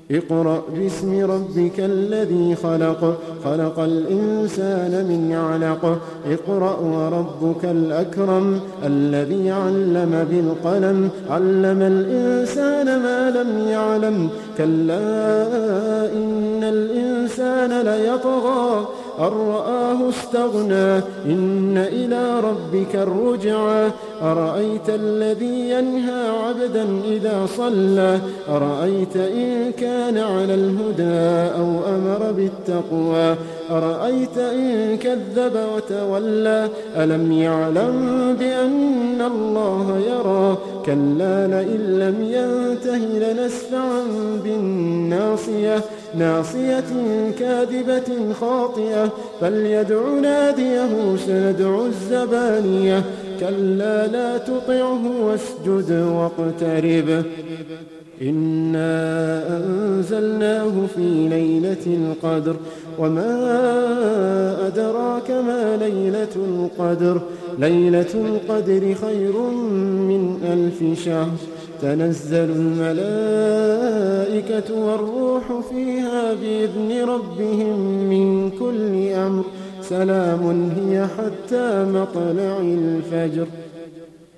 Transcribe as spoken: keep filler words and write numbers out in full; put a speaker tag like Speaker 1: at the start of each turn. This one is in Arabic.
Speaker 1: اقرأ باسم ربك الذي خلق خلق الإنسان من علق اقرأ وربك الأكرم الذي علم بالقلم علم الإنسان ما لم يعلم كلا إن الإنسان ليطغى أن رآه استغنى إن إلى ربك الرجعى أرأيت الذي ينهى عبدا إذا صلى أرأيت إن كان على الهدى أو أمر بالتقوى أرأيت إن كذب وتولى ألم يعلم بأن الله يرى كلا لئن لم ينته لنسفعا بالناصية ناصية كاذبة خاطئة فليدع ناديه سندع الزبانية كلا لا تطعه واسجد واقترب إنا أنزلناه في ليلة القدر وما أدراك ما ليلة القدر ليلة القدر خير من ألف شهر تنزل الملائكة والروح فيها بإذن ربهم من كل أمر سلام هي حتى مطلع الفجر.